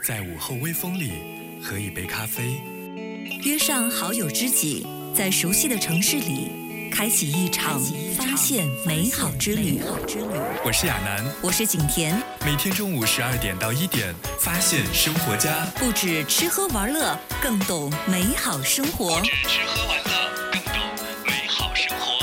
在午后微风里喝一杯咖啡， 约上好友知己，在熟悉的城市里开启一场发现美好之旅。 我是亚楠， 我是景甜， 每天中午12点到1点，发现生活家， 不止吃喝玩乐，更懂美好生活。 不止吃喝玩乐，更懂美好生活。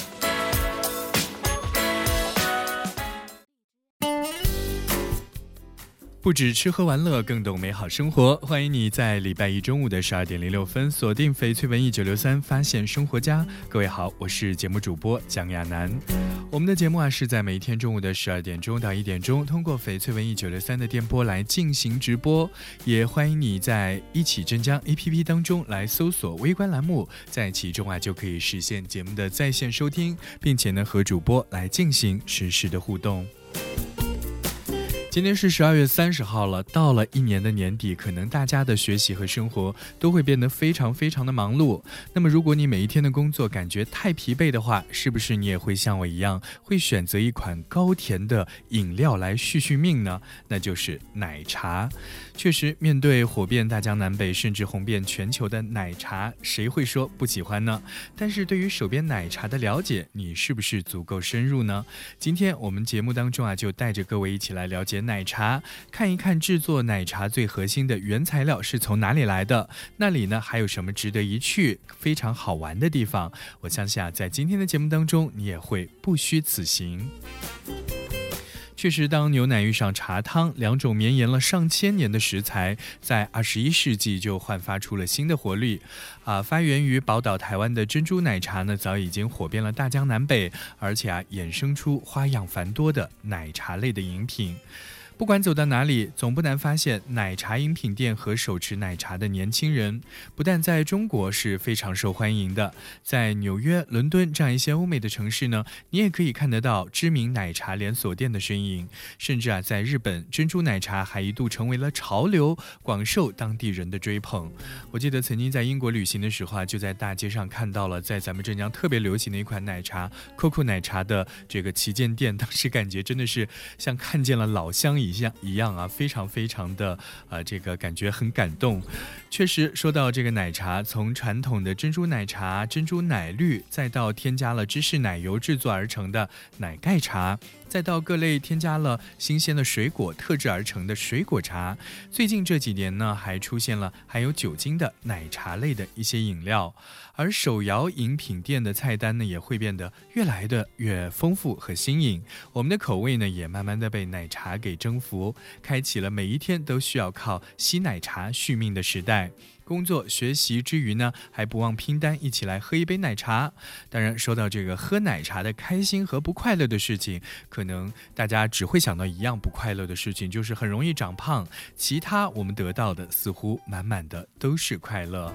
不止吃喝玩乐，更懂美好生活。欢迎你在礼拜一中午的12点06分锁定翡翠文艺963，发现生活家。各位好，我是节目主播蒋亚楠。我们的节目是在每天中午的12点钟到1点钟，通过翡翠文艺963的电波来进行直播。也欢迎你在一起镇江 APP 当中来搜索微观栏目，在其中就可以实现节目的在线收听，并且呢和主播来进行实时的互动。今天是12月30号了，到了一年的年底，可能大家的学习和生活都会变得非常的忙碌。那么如果你每一天的工作感觉太疲惫的话，是不是你也会像我一样，会选择一款高甜的饮料来续命呢？那就是奶茶。确实，面对火遍大江南北，甚至红遍全球的奶茶，谁会说不喜欢呢？但是对于手边奶茶的了解，你是不是足够深入呢？今天我们节目当中就带着各位一起来了解奶茶，看一看制作奶茶最核心的原材料是从哪里来的，那里呢还有什么值得一去非常好玩的地方。我相信在今天的节目当中，你也会不虚此行。确实，当牛奶遇上茶汤，两种绵延了上千年的食材，在21世纪就焕发出了新的活力。发源于宝岛台湾的珍珠奶茶呢，早已经火遍了大江南北，而且衍生出花样繁多的奶茶类的饮品。不管走到哪里，总不难发现奶茶饮品店和手持奶茶的年轻人，不但在中国是非常受欢迎的，在纽约、伦敦这样一些欧美的城市呢，你也可以看得到知名奶茶连锁店的身影。甚至在日本，珍珠奶茶还一度成为了潮流，广受当地人的追捧。我记得曾经在英国旅行的时候就在大街上看到了在咱们镇江特别流行的一款奶茶 COCO 奶茶的这个旗舰店，当时感觉真的是像看见了老乡一样非常的这个感觉很感动。确实，说到这个奶茶，从传统的珍珠奶茶、珍珠奶绿，再到添加了芝士奶油制作而成的奶盖茶，再到各类添加了新鲜的水果特制而成的水果茶，最近这几年呢，还出现了含有酒精的奶茶类的一些饮料。而手摇饮品店的菜单呢，也会变得越来越丰富和新颖。我们的口味呢，也慢慢的被奶茶给征服，开启了每一天都需要靠吸奶茶续命的时代。工作学习之余呢，还不忘拼单一起来喝一杯奶茶。当然，说到这个喝奶茶的开心和不快乐的事情，可能大家只会想到一样不快乐的事情，就是很容易长胖。其他我们得到的似乎满满的都是快乐。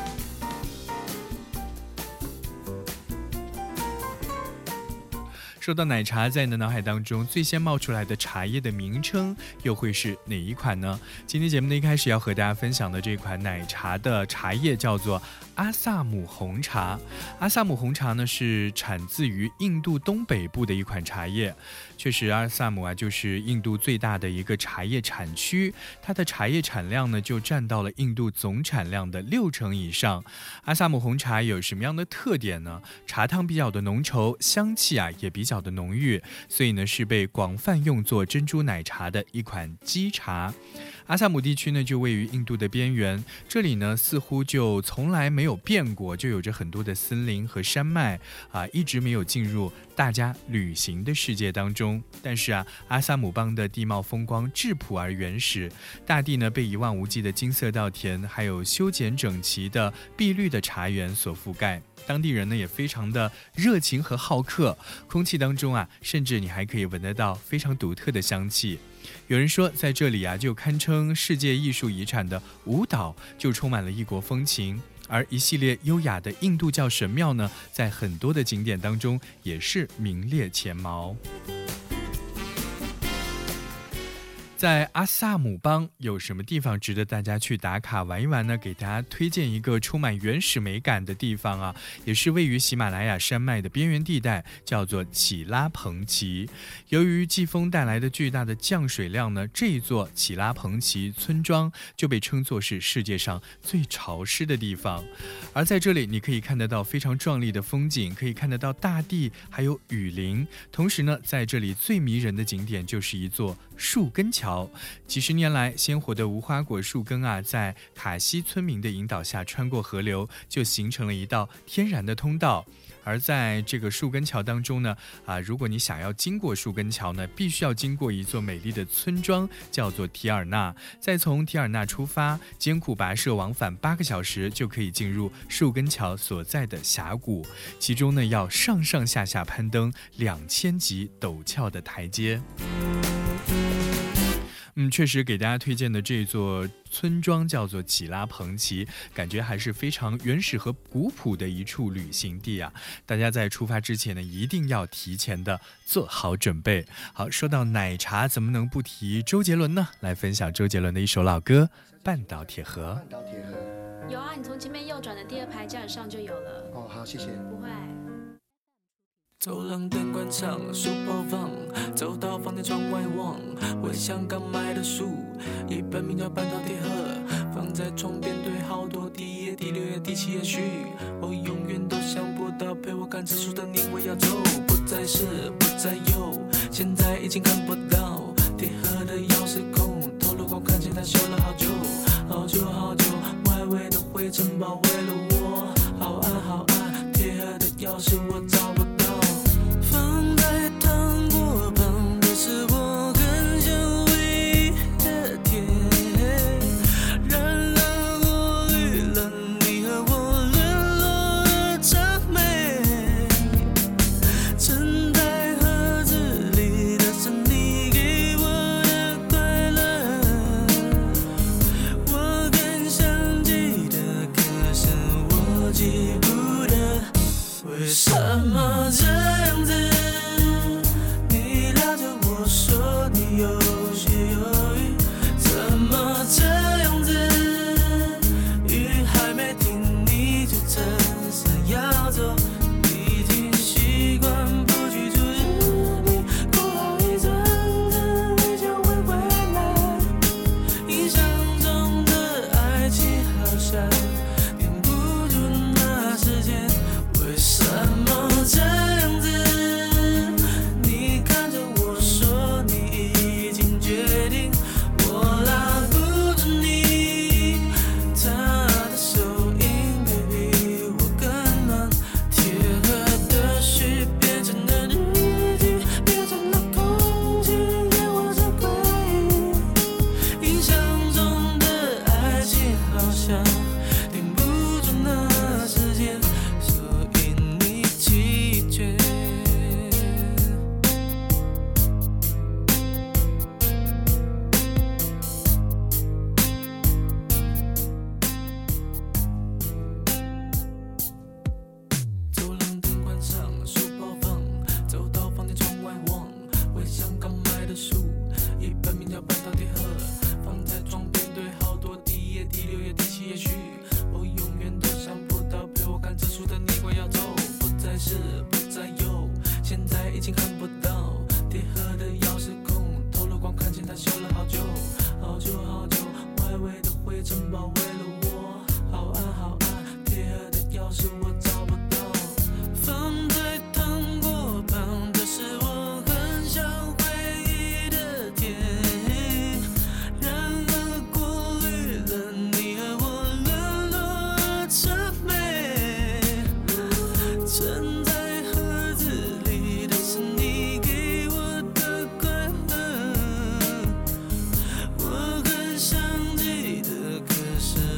说到奶茶，在你的脑海当中最先冒出来的茶叶的名称又会是哪一款呢？今天节目的一开始要和大家分享的这款奶茶的茶叶叫做阿萨姆红茶。阿萨姆红茶呢是产自于印度东北部的一款茶叶。确实，阿萨姆就是印度最大的一个茶叶产区，它的茶叶产量呢就占到了印度总产量的60%以上。阿萨姆红茶有什么样的特点呢？茶汤比较的浓稠，香气也比较的浓郁，所以呢是被广泛用作珍珠奶茶的一款基茶。阿萨姆地区呢就位于印度的边缘，这里呢似乎就从来没有变过，就有着很多的森林和山脉一直没有进入大家旅行的世界当中。但是阿萨姆邦的地貌风光质朴而原始，大地呢被一望无际的金色稻田还有修剪整齐的碧绿的茶园所覆盖。当地人呢也非常的热情和好客，空气当中甚至你还可以闻得到非常独特的香气。有人说在这里就堪称世界艺术遗产的舞蹈就充满了异国风情，而一系列优雅的印度教神庙呢，在很多的景点当中也是名列前茅。 在阿萨姆邦有什么地方值得大家去打卡玩一玩呢？给大家推荐一个充满原始美感的地方啊，也是位于喜马拉雅山脉的边缘地带，叫做乞拉彭奇。由于季风带来的巨大的降水量呢，这一座乞拉彭奇村庄就被称作是世界上最潮湿的地方。而在这里你可以看得到非常壮丽的风景，可以看得到大地还有雨林。同时呢，在这里最迷人的景点就是一座树根桥。几十年来，鲜活的无花果树根啊，在卡西村民的引导下穿过河流，就形成了一道天然的通道。而在这个树根桥当中呢，如果你想要经过树根桥呢，必须要经过一座美丽的村庄，叫做提尔纳。再从提尔纳出发，艰苦跋涉往返8个小时，就可以进入树根桥所在的峡谷。其中呢，要上上下下攀登2000级陡峭的台阶。确实给大家推荐的这座村庄叫做乞拉彭奇，感觉还是非常原始和古朴的一处旅行地啊！大家在出发之前呢，一定要提前的做好准备。好，说到奶茶，怎么能不提周杰伦呢？来分享周杰伦的一首老歌《半岛铁盒》。 半岛铁盒有啊，你从前面右转的第2排架子上就有了。 哦，好，谢谢。 不会。 走廊灯关上，书包放，走到房间窗外望，回想刚买的书，一本名叫《半岛铁盒》，放在床边堆好多，第1页、第6页、第7页序，我永远都想不到陪我看这书的你会要走，不再是，不再有，现在已经看不到铁盒的钥匙孔，透了光看见它修了好久，好久好久，外围的灰尘包围了我，好暗好暗，铁盒的钥匙我找不到。放在糖果旁的是我很久唯一的甜，然而过滤了你和我沦落的谄媚，沉在盒子里的是你给我的快乐，我更想记得，可是我记不得，为什么这样子？你拉着我说你有些犹豫，怎么这样子？雨还没停，你就真想要走，已经习惯不去注视你，过好一阵子你就会回来。印象中的爱情好像停不住那时间，为什么这样子？你看着我说你已经决定，我拉不住你，他的手印 baby 我更暖，铁盒的序变成了日记，变成了空气，给我这回忆。印象中的爱情好像停不住那时间，所以你弃权。走廊灯关上，书包放，走到房间窗外望，回想刚买的书，一本名叫《半岛铁盒》，放在床边堆好多，第1页、第6页、第7页序，我永远都想不到陪我看这书的你会要走，不再是，不再有，现在已经看不到铁盒的钥匙孔，透了光看见它修了好久，好久好久，外围的灰尘包围了我，好暗好暗，铁盒的钥匙我找不到。放在糖果旁的是我很想回忆的甜，然而过滤了你和我沦落的谄媚，沉在盒子里的是你给我的快乐，我很想记得，可是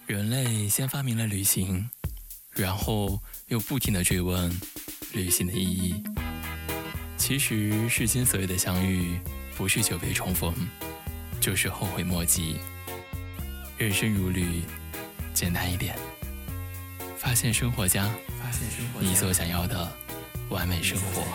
人类先发明了旅行，然后又不停地追问旅行的意义。其实世间所有的相遇，不是久别重逢，就是后悔莫及。人生如旅，简单一点。发现生活家，你所想要的完美生活。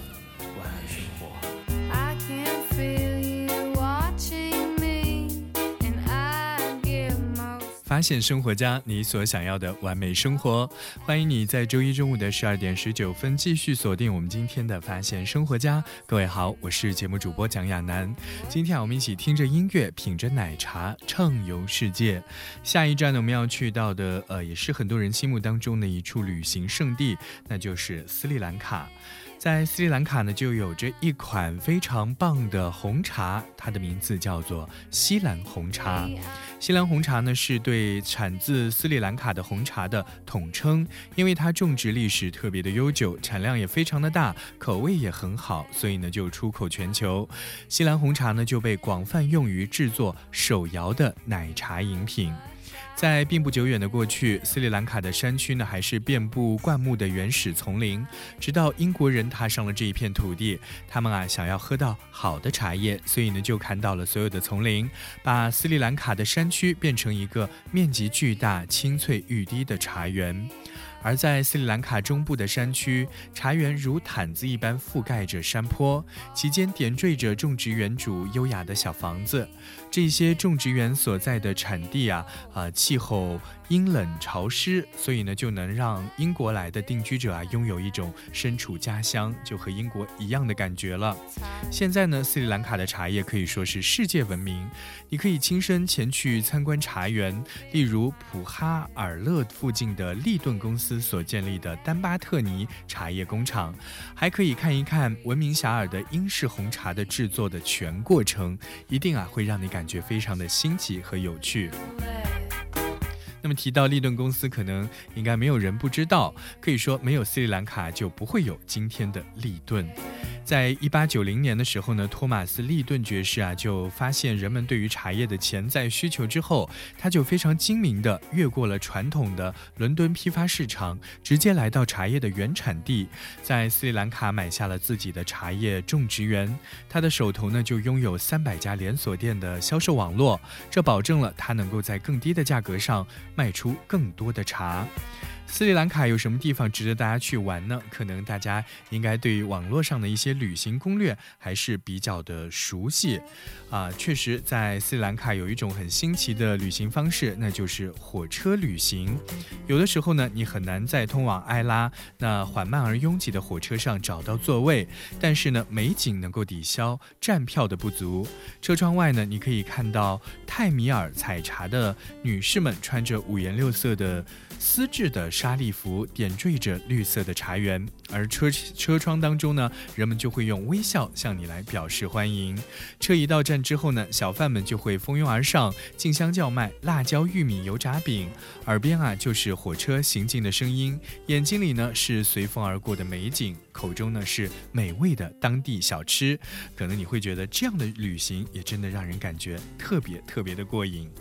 发现生活家，你所想要的完美生活。欢迎你在周一中午的12点19分继续锁定我们今天的发现生活家。各位好，我是节目主播蒋亚楠。今天我们一起听着音乐，品着奶茶，畅游世界。下一站呢，我们要去到的也是很多人心目当中的一处旅行胜地，那就是斯里兰卡。在斯里兰卡呢，就有着一款非常棒的红茶，它的名字叫做锡兰红茶。锡兰红茶呢，是对产自斯里兰卡的红茶的统称，因为它种植历史特别的悠久，产量也非常的大，口味也很好，所以呢就出口全球。锡兰红茶呢就被广泛用于制作手摇的奶茶饮品。在并不久远的过去，斯里兰卡的山区呢还是遍布灌木的原始丛林，直到英国人踏上了这一片土地，他们想要喝到好的茶叶，所以呢就砍倒了所有的丛林，把斯里兰卡的山区变成一个面积巨大、青翠欲滴的茶园。而在斯里兰卡中部的山区，茶园如毯子一般覆盖着山坡，其间点缀着种植园主优雅的小房子。这些种植园所在的产地气候阴冷潮湿，所以呢就能让英国来的定居者拥有一种身处家乡就和英国一样的感觉了。现在呢，斯里兰卡的茶叶可以说是世界闻名，你可以亲身前去参观茶园，例如普哈尔勒附近的利顿公司所建立的丹巴特尼茶叶工厂，还可以看一看闻名遐迩的英式红茶的制作的全过程，一定会让你感觉非常的新奇和有趣。那么提到利顿公司，可能应该没有人不知道，可以说没有斯里兰卡就不会有今天的利顿。在1890年的时候呢，托马斯利顿爵士就发现人们对于茶叶的潜在需求之后，他就非常精明地越过了传统的伦敦批发市场，直接来到茶叶的原产地，在斯里兰卡买下了自己的茶叶种植园。他的手头呢就拥有300家连锁店的销售网络，这保证了他能够在更低的价格上卖出更多的茶。斯里兰卡有什么地方值得大家去玩呢？可能大家应该对于网络上的一些旅行攻略还是比较的熟悉确实在斯里兰卡有一种很新奇的旅行方式，那就是火车旅行。有的时候呢，你很难在通往埃拉那缓慢而拥挤的火车上找到座位，但是呢，美景能够抵消站票的不足。车窗外呢，你可以看到泰米尔采茶的女士们穿着5颜6色的丝质的纱丽服，点缀着绿色的茶园，而车窗当中呢，人们就会用微笑向你来表示欢迎。车一到站之后呢，小贩们就会蜂拥而上，竞相叫卖辣椒玉米油炸饼，耳边就是火车行进的声音，眼睛里呢是随风而过的美景，口中呢是美味的当地小吃。可能你会觉得这样的旅行也真的让人感觉特别的过瘾。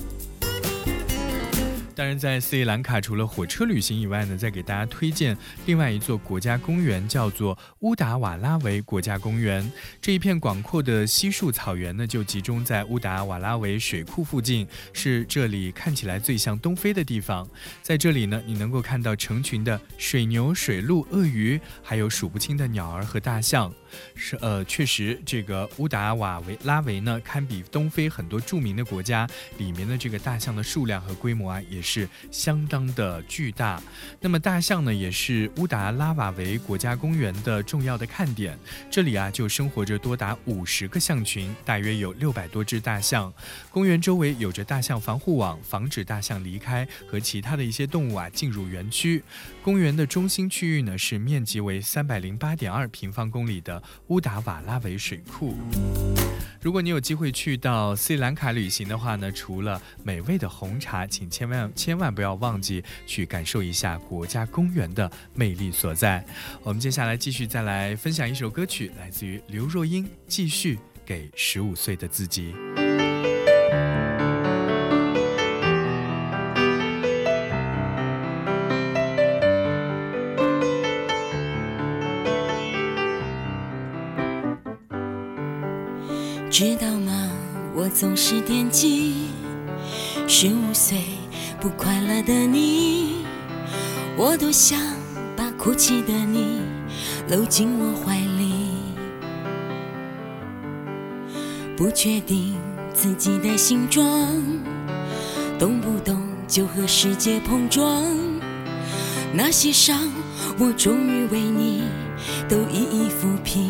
当然在斯里兰卡除了火车旅行以外呢，再给大家推荐另外一座国家公园，叫做乌达瓦拉维国家公园。这一片广阔的稀树草原呢，就集中在乌达瓦拉维水库附近，是这里看起来最像东非的地方。在这里呢，你能够看到成群的水牛、水鹿、鳄鱼，还有数不清的鸟儿和大象。确实这个乌达瓦拉维呢，堪比东非很多著名的国家，里面的这个大象的数量和规模也是相当的巨大。那么大象呢，也是乌达拉瓦维国家公园的重要的看点。这里就生活着多达50个象群，大约有600多只大象。公园周围有着大象防护网，防止大象离开和其他的一些动物进入园区。公园的中心区域呢，是面积为308.2平方公里的乌达瓦拉维水库。如果你有机会去到斯里兰卡旅行的话呢，除了美味的红茶，请千万不要忘记去感受一下国家公园的魅力所在。我们接下来继续再来分享一首歌曲，来自于刘若英，继续给15岁的自己。 知道吗？我总是惦记15岁不快乐的你，我多想把哭泣的你搂进我怀里，不确定自己的形状，动不动就和世界碰撞，那些伤我终于为你都一一抚平。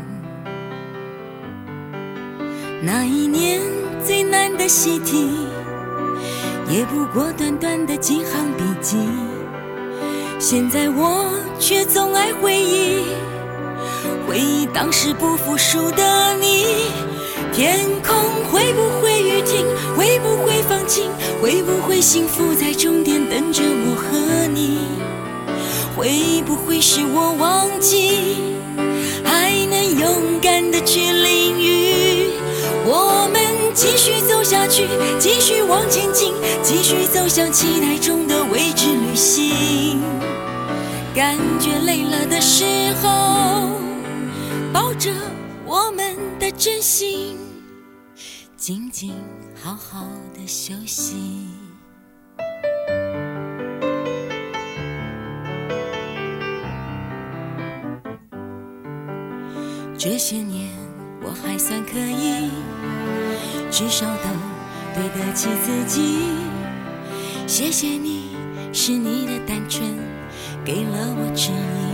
那一年最难的习题，也不过短短的几行笔记，现在我却总爱回忆，回忆当时不服输的你。天空会不会雨停，会不会放晴，会不会幸福在终点等着我和你，会不会是我忘记，还能勇敢的去淋雨。我们继续走下去，继续往前进，继续走向期待中的未知旅行。感觉累了的时候，抱着我们的真心，静静好好的休息。这些年我还算可以，至少都对得起自己。谢谢你，是你的单纯给了我指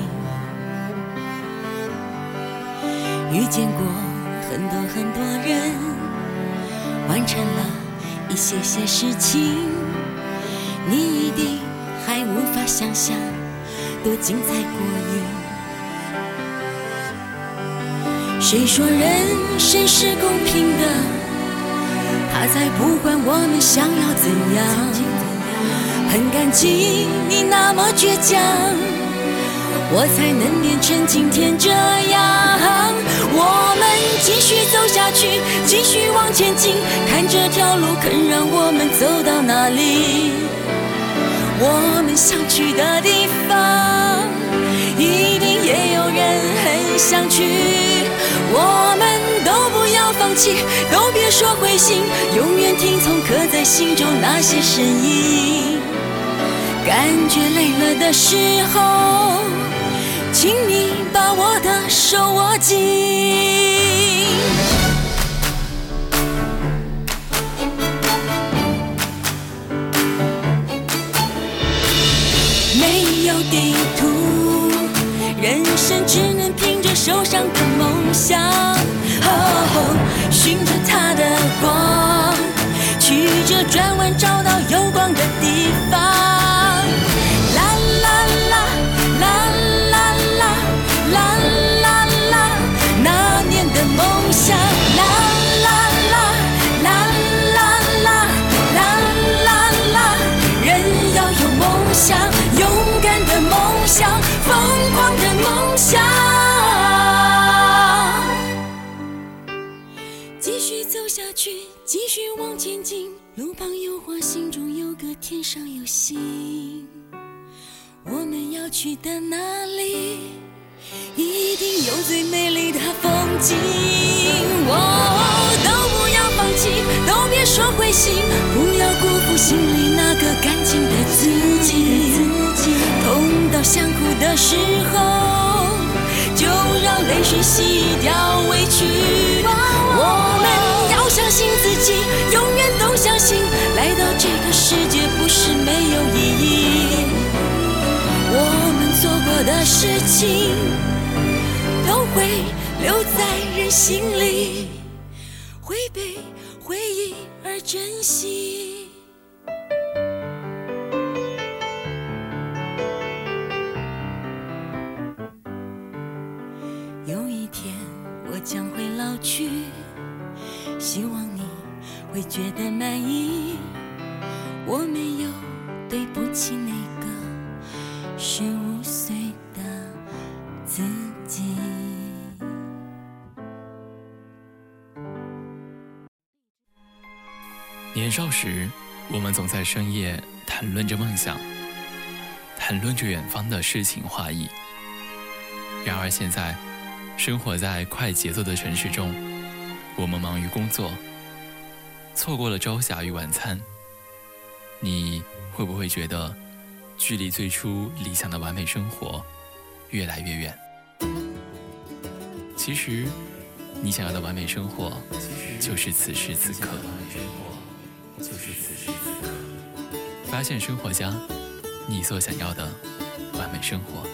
引。遇见过很多很多人，完成了一些些事情，你一定还无法想象多精彩过瘾。谁说人生是公平的？他才不管我们想要怎样。很感激你那么倔强，我才能变成今天这样。我们继续走下去，继续往前进，看这条路肯让我们走到哪里。我们想去的地方，一定也有人很想去。我们都不要放弃，都别说灰心，永远听从刻在心中那些声音。感觉累了的时候，请你把我的手握紧。没有地图，人生只能凭着手上的梦想，循着它的光，曲折转弯找到有光的地方。啦啦啦啦啦啦啦啦啦，那年的梦想。啦啦啦啦啦啦啦啦啦，人要有梦想，勇敢的梦想，疯狂的梦想。继续走下去，继续往前进，路旁有花，心中有歌，天上有星。我们要去的那里，一定有最美丽的风景。都不要放弃，都别说灰心，不要辜负心里那个干净的自己。痛到想哭的时候，就让泪水洗掉委屈。我们要相信自己，永远都相信，来到这个世界不是没有意义。我们做过的事情，都会留在人心里，会被回忆而珍惜。有一天我将会老去，希望你会觉得满意。我没有对不起那个15岁的自己。 年少时，我们总在深夜谈论着梦想，谈论着远方的诗情画意。然而现在，生活在快节奏的城市中， 我们忙于工作，错过了朝霞与晚餐，你会不会觉得距离最初理想的完美生活越来越远？其实你想要的完美生活就是此时此刻。发现生活家，你所想要的完美生活。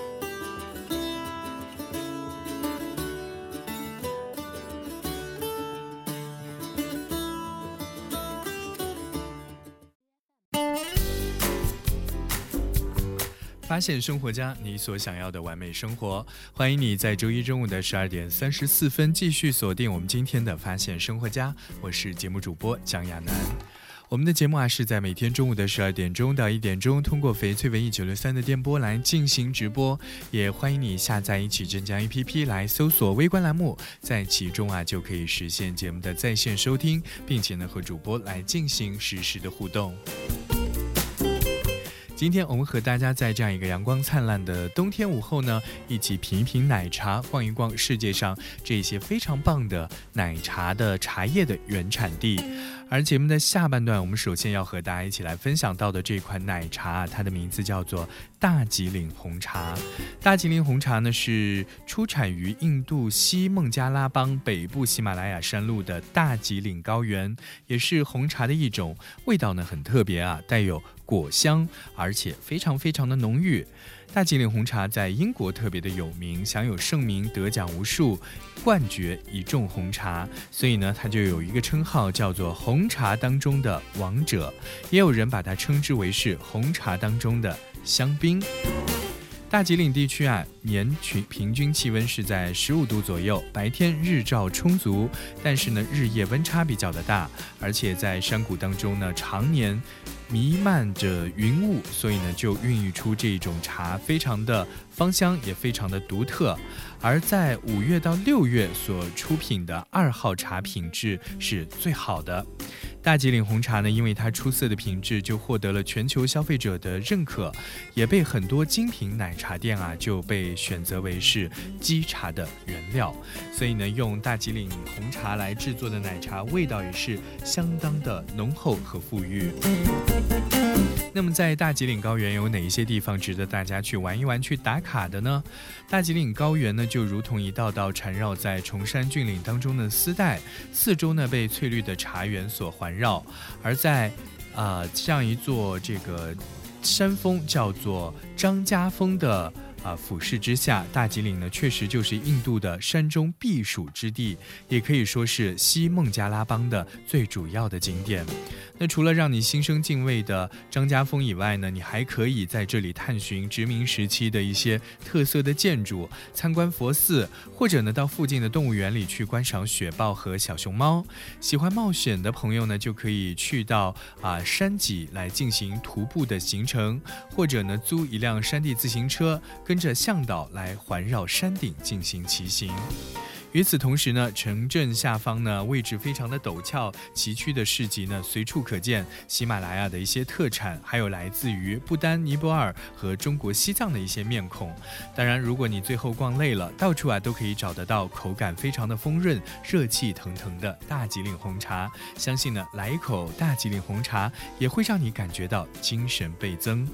发现生活家，你所想要的完美生活。欢迎你在周一中午的12点34分继续锁定我们今天的发现生活家，我是节目主播蒋亚楠。我们的节目是在每天中午的12点钟到1点钟，通过翡翠文艺963的电波来进行直播。也欢迎你下载一起镇江 APP 来搜索微观栏目，在其中就可以实现节目的在线收听，并且呢和主播来进行实时的互动。今天我们和大家在这样一个阳光灿烂的冬天午后呢，一起品一品奶茶，逛一逛世界上这些非常棒的奶茶的茶叶的原产地。而节目的下半段，我们首先要和大家一起来分享到的这款奶茶，它的名字叫做大吉岭红茶。大吉岭红茶呢是出产于印度西孟加拉邦北部喜马拉雅山麓的大吉岭高原，也是红茶的一种，味道呢很特别带有果香，而且非常非常的浓郁。大吉岭红茶在英国特别的有名，享有盛名，得奖无数，冠绝一众红茶，所以呢它就有一个称号叫做红茶当中的王者，也有人把它称之为是红茶当中的香槟。大吉岭地区年平均气温是在15度左右，白天日照充足，但是呢日夜温差比较的大，而且在山谷当中呢常年弥漫着云雾，所以呢就孕育出这种茶非常的芳香，也非常的独特。而在5月到6月所出品的2号茶品质是最好的。大吉岭红茶呢，因为它出色的品质，就获得了全球消费者的认可，也被很多精品奶茶店就被选择为是基茶的原料。所以呢，用大吉岭红茶来制作的奶茶，味道也是相当的浓厚和富裕。那么在大吉岭高原有哪一些地方值得大家去玩一玩、去打卡的呢？大吉岭高原呢，就如同一道道缠绕在崇山峻岭当中的丝带，四周呢被翠绿的茶园所环绕。而在这样一座这个山峰叫做张家峰的俯视之下，大吉岭呢确实就是印度的山中避暑之地，也可以说是西孟加拉邦的最主要的景点。那除了让你心生敬畏的张家峰以外呢，你还可以在这里探寻殖民时期的一些特色的建筑，参观佛寺，或者呢到附近的动物园里去观赏雪豹和小熊猫。喜欢冒险的朋友呢，就可以去到山脊来进行徒步的行程，或者呢租一辆山地自行车，跟着向导来环绕山顶进行骑行。与此同时呢，城镇下方呢位置非常的陡峭，崎岖的市集呢随处可见，喜马拉雅的一些特产，还有来自于不丹、尼泊尔和中国西藏的一些面孔。当然，如果你最后逛累了，到处都可以找得到口感非常的丰润、热气腾腾的大吉岭红茶。相信呢，来一口大吉岭红茶也会让你感觉到精神倍增。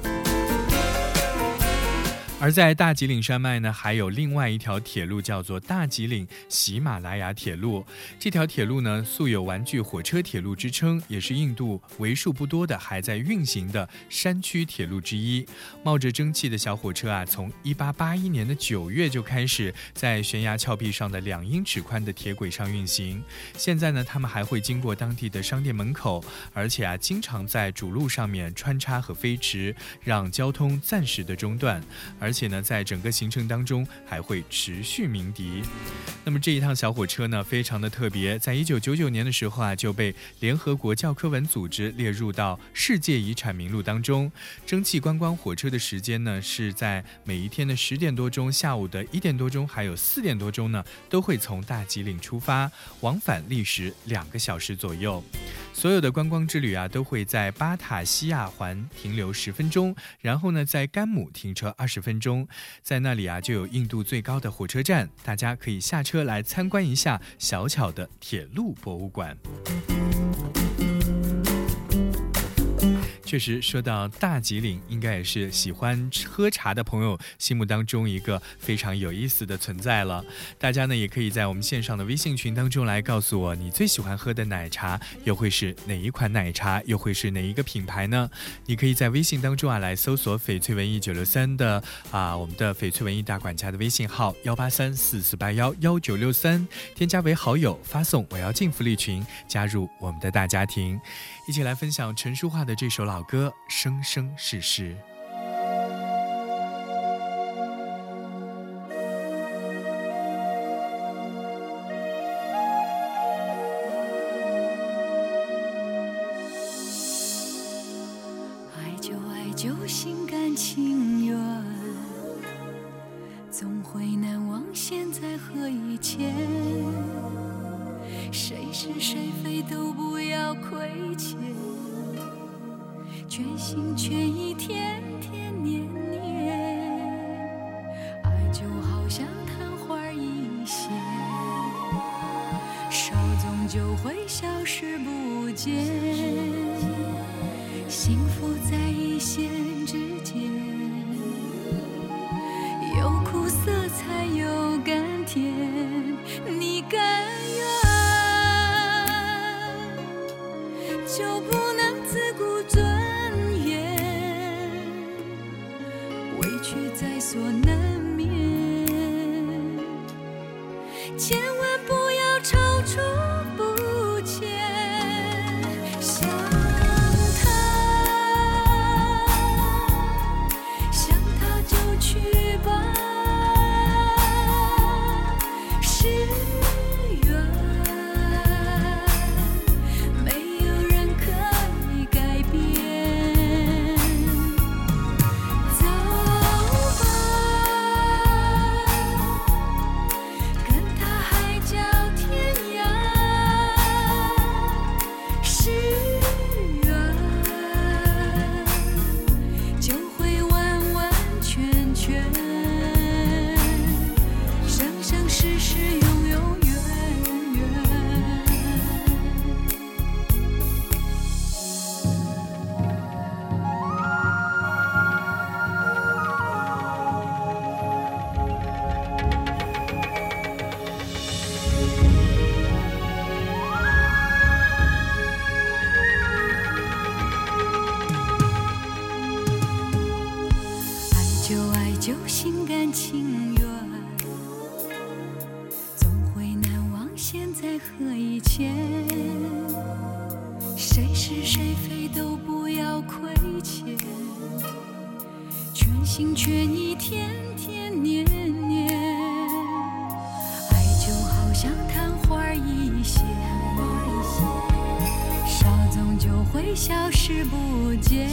而在大吉岭山脉呢，还有另外一条铁路叫做大吉岭喜马拉雅铁路。这条铁路呢，素有玩具火车铁路之称，也是印度为数不多的还在运行的山区铁路之一。冒着蒸汽的小火车从1881年的9月就开始在悬崖峭壁上的2英尺宽的铁轨上运行。现在呢，他们还会经过当地的商店门口，而且经常在主路上面穿插和飞驰，让交通暂时的中断。而且呢，在整个行程当中还会持续鸣笛。那么这一趟小火车呢，非常的特别，在1999年的时候就被联合国教科文组织列入到世界遗产名录当中。蒸汽观光火车的时间呢，是在每一天的10点多钟、下午的1点多钟，还有4点多钟呢，都会从大吉岭出发，往返历时2个小时左右。 所有的观光之旅啊，都会在巴塔西亚环停留10分钟，然后呢，在甘姆停车20分钟，在那里啊，就有印度最高的火车站，大家可以下车来参观一下小巧的铁路博物馆。确实，说到大吉岭，应该也是喜欢喝茶的朋友心目当中一个非常有意思的存在了。大家呢也可以在我们线上的微信群当中来告诉我，你最喜欢喝的奶茶又会是哪一款奶茶，又会是哪一个品牌呢？你可以在微信当中啊来搜索翡翠文艺963的我们的翡翠文艺大管家的微信号18344811963，添加为好友，发送我要进福利群，加入我们的大家庭，一起来分享陈淑桦的这首老歌《生生世世》。 爱就心甘情愿，总会难忘现在和以前，谁是谁非都不要亏欠，全心全意天天年年，爱就好像昙花一现，稍纵就会消失不见，幸福在一线之间，有苦涩才有甘甜，你甘愿就不能自顾尊严，委屈在所难免，千万不要踌躇不前，想他就去吧，是缘，没有人可以改变，走吧，跟他海角天涯，是缘，就会完完全全，生生世世永永远远。爱就心甘情愿，总会难忘现在和以前，谁是谁非都不要亏欠，全心全意天天年年，爱就好像昙花一现，稍纵就会消失不见，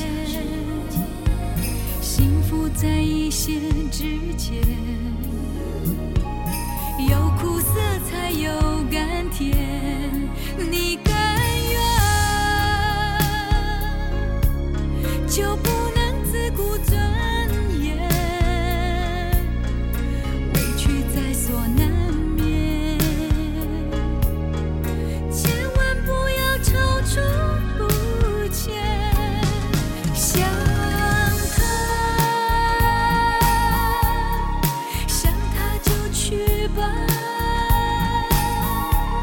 幸福在一线之间，有苦涩才有甘甜，你甘愿就不能自顾尊严，委屈在所难免，千万不要踌躇不前，想他就去吧，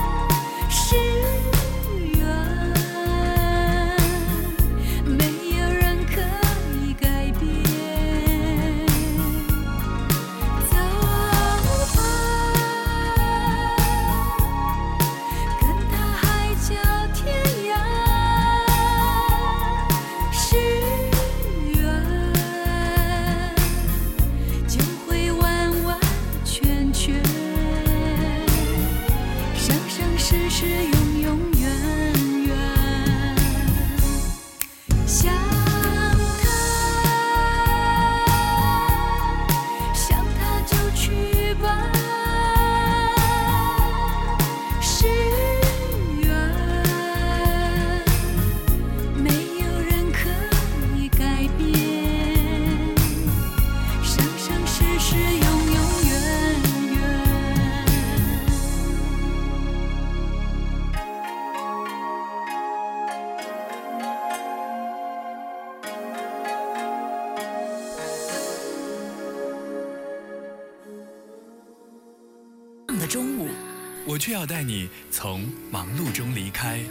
我却要带你从忙碌中离开。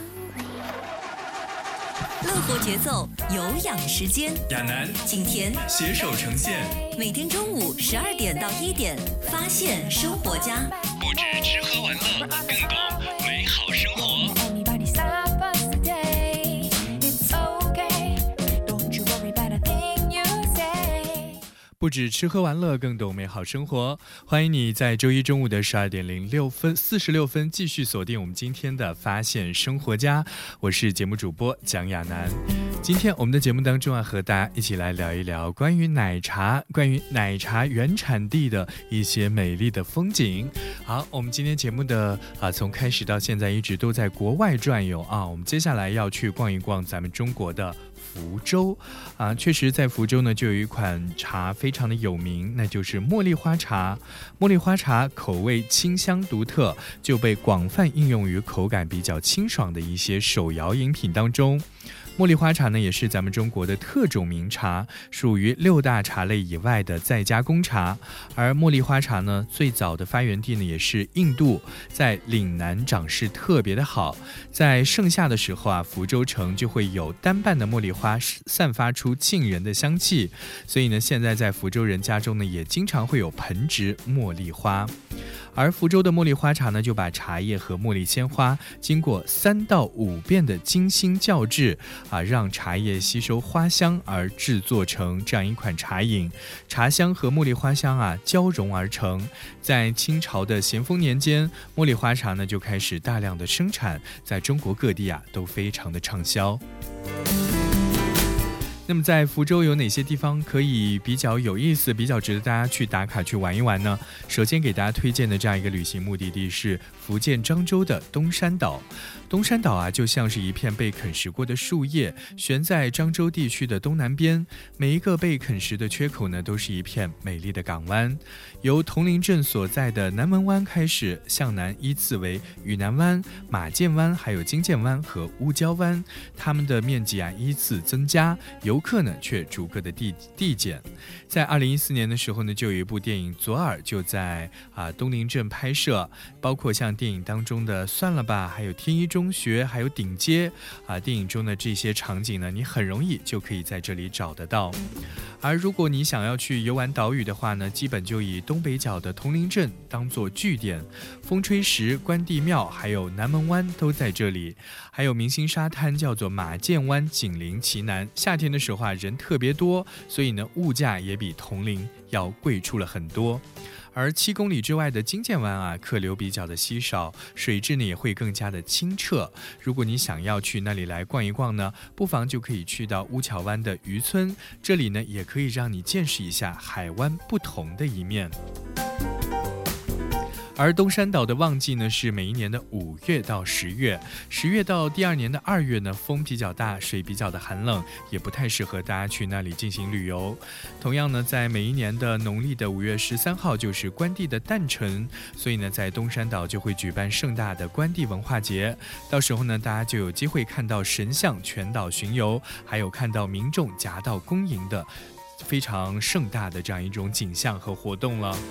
乐活节奏，有氧时间。 亚楠、 景甜携手呈现， 每天中午12点到1点，发现生活家。 不止吃喝玩乐，更懂美好生活。不止吃喝玩乐，更懂美好生活。欢迎你在周一中午的12点46分继续锁定我们今天的发现生活家，我是节目主播蒋亚楠。今天我们的节目当中啊，和大家一起来聊一聊关于奶茶原产地的一些美丽的风景。好，我们今天节目的从开始到现在一直都在国外转悠啊，我们接下来要去逛一逛咱们中国的福州啊，确实在福州呢就有一款茶非常的有名，那就是茉莉花茶。茉莉花茶口味清香独特，就被广泛应用于口感比较清爽的一些手摇饮品当中。茉莉花茶呢，也是咱们中国的特种名茶，属于6大茶类以外的再加工茶。而茉莉花茶呢，最早的发源地呢也是印度，在岭南长势特别的好。在盛夏的时候啊，福州城就会有单瓣的茉莉花散发出沁人的香气，所以呢，现在在福州人家中呢，也经常会有盆植茉莉花。而福州的茉莉花茶呢，就把茶叶和茉莉鲜花经过3到5遍的精心校制让茶叶吸收花香而制作成这样一款茶饮。茶香和茉莉花香交融而成。在清朝的咸丰年间，茉莉花茶呢就开始大量的生产，在中国各地都非常的畅销。那么在福州有哪些地方可以比较有意思，比较值得大家去打卡去玩一玩呢？首先给大家推荐的这样一个旅行目的地是福建漳州的东山岛。东山岛就像是一片被啃食过的树叶，悬在漳州地区的东南边，每一个被啃食的缺口呢，都是一片美丽的港湾。由铜陵镇所在的南门湾开始，向南依次为屿南湾、马建湾、还有金剑湾和乌礁湾，它们的面积依次增加，游客呢却逐个的递减。在2014年的时候呢，就有一部电影《左耳》就在东陵镇拍摄，包括像电影当中的算了吧，还有天一中学，还有顶街电影中的这些场景呢，你很容易就可以在这里找得到。而如果你想要去游玩岛屿的话呢，基本就以东北角的铜陵镇当作据点，风吹石、关帝庙还有南门湾都在这里，还有明星沙滩叫做马建湾，紧邻其南。夏天的时候人特别多，所以呢物价也比铜陵要贵出了很多。而7公里之外的金剑湾客流比较的稀少，水质呢也会更加的清澈。如果你想要去那里来逛一逛呢，不妨就可以去到乌桥湾的渔村，这里呢也可以让你见识一下海湾不同的一面。而东山岛的旺季呢是每一年的5月到10月，10月到第2年的2月呢，风比较大，水比较的寒冷，也不太适合大家去那里进行旅游。同样呢，在每一年的农历的5月13号就是关帝的诞辰，所以呢，在东山岛就会举办盛大的关帝文化节。到时候呢，大家就有机会看到神像全岛巡游，还有看到民众夹道恭迎的非常盛大的这样一种景象和活动了。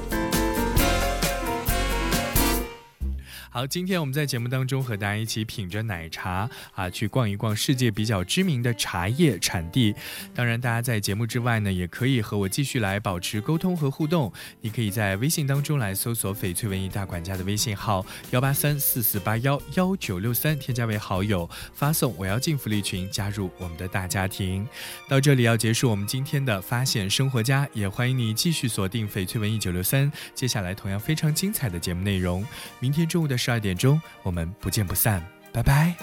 好，今天我们在节目当中和大家一起品着奶茶去逛一逛世界比较知名的茶叶产地。当然大家在节目之外呢，也可以和我继续来保持沟通和互动。你可以在微信当中来搜索翡翠文艺大管家的微信号18344811963，添加为好友，发送我要进福利群，加入我们的大家庭。到这里要结束我们今天的发现生活家，也欢迎你继续锁定翡翠文艺963，接下来同样非常精彩的节目内容。明天中午的12点钟，我们不见不散，拜拜。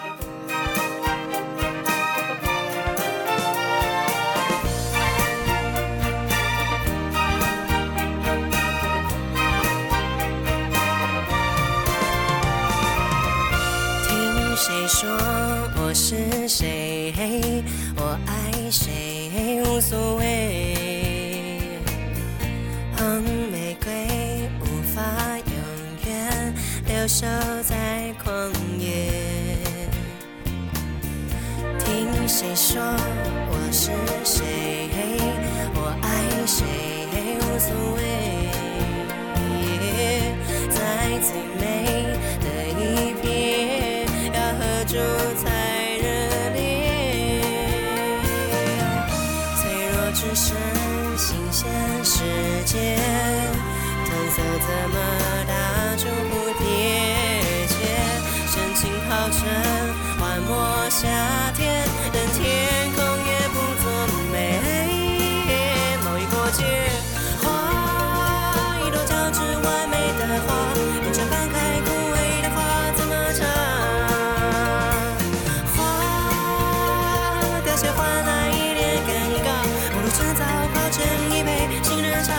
听谁说我是谁，我爱谁无所谓，玫瑰无法留守在旷野，听谁说我是谁，我爱谁无所谓，在最美成幻魔夏天，任天空也不作美。贸易过节，花一朵交织完美的花，变成半开枯萎的花怎么唱？花凋谢换来一脸尴尬，不如趁早泡成一杯杏仁茶。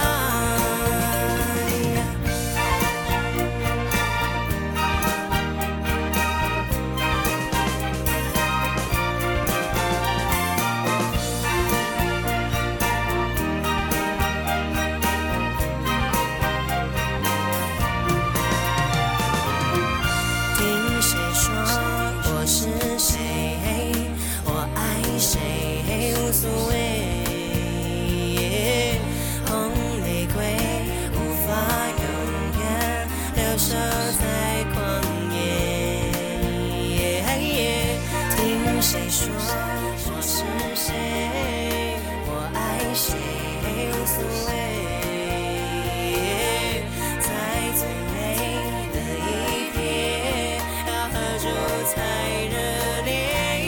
谁说我是谁？我爱谁无所谓。在最美的一瞥，要何处才热烈？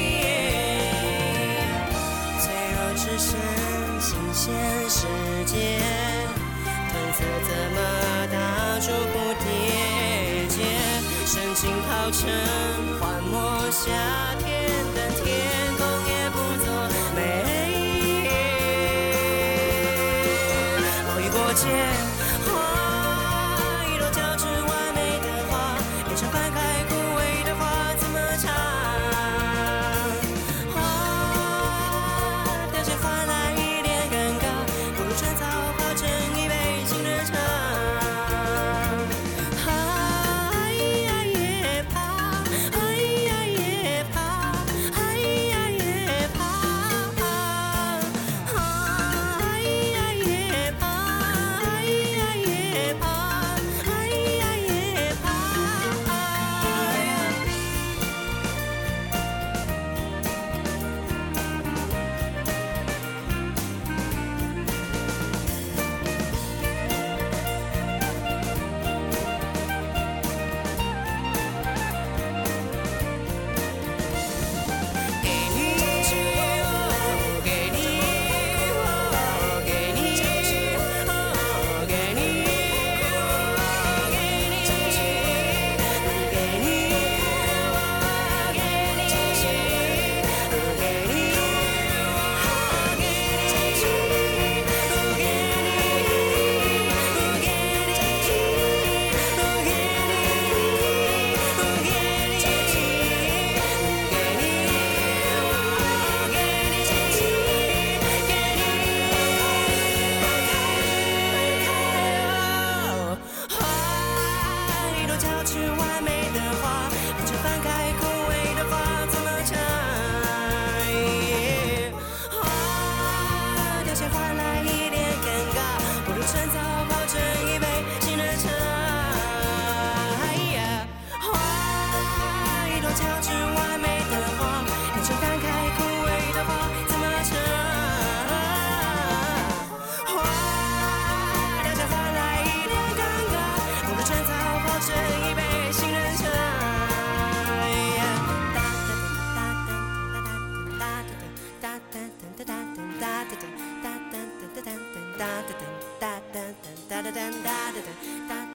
脆弱只剩新鲜世界，褪色怎么打出蝴蝶结？深情泡成幻魔夏天。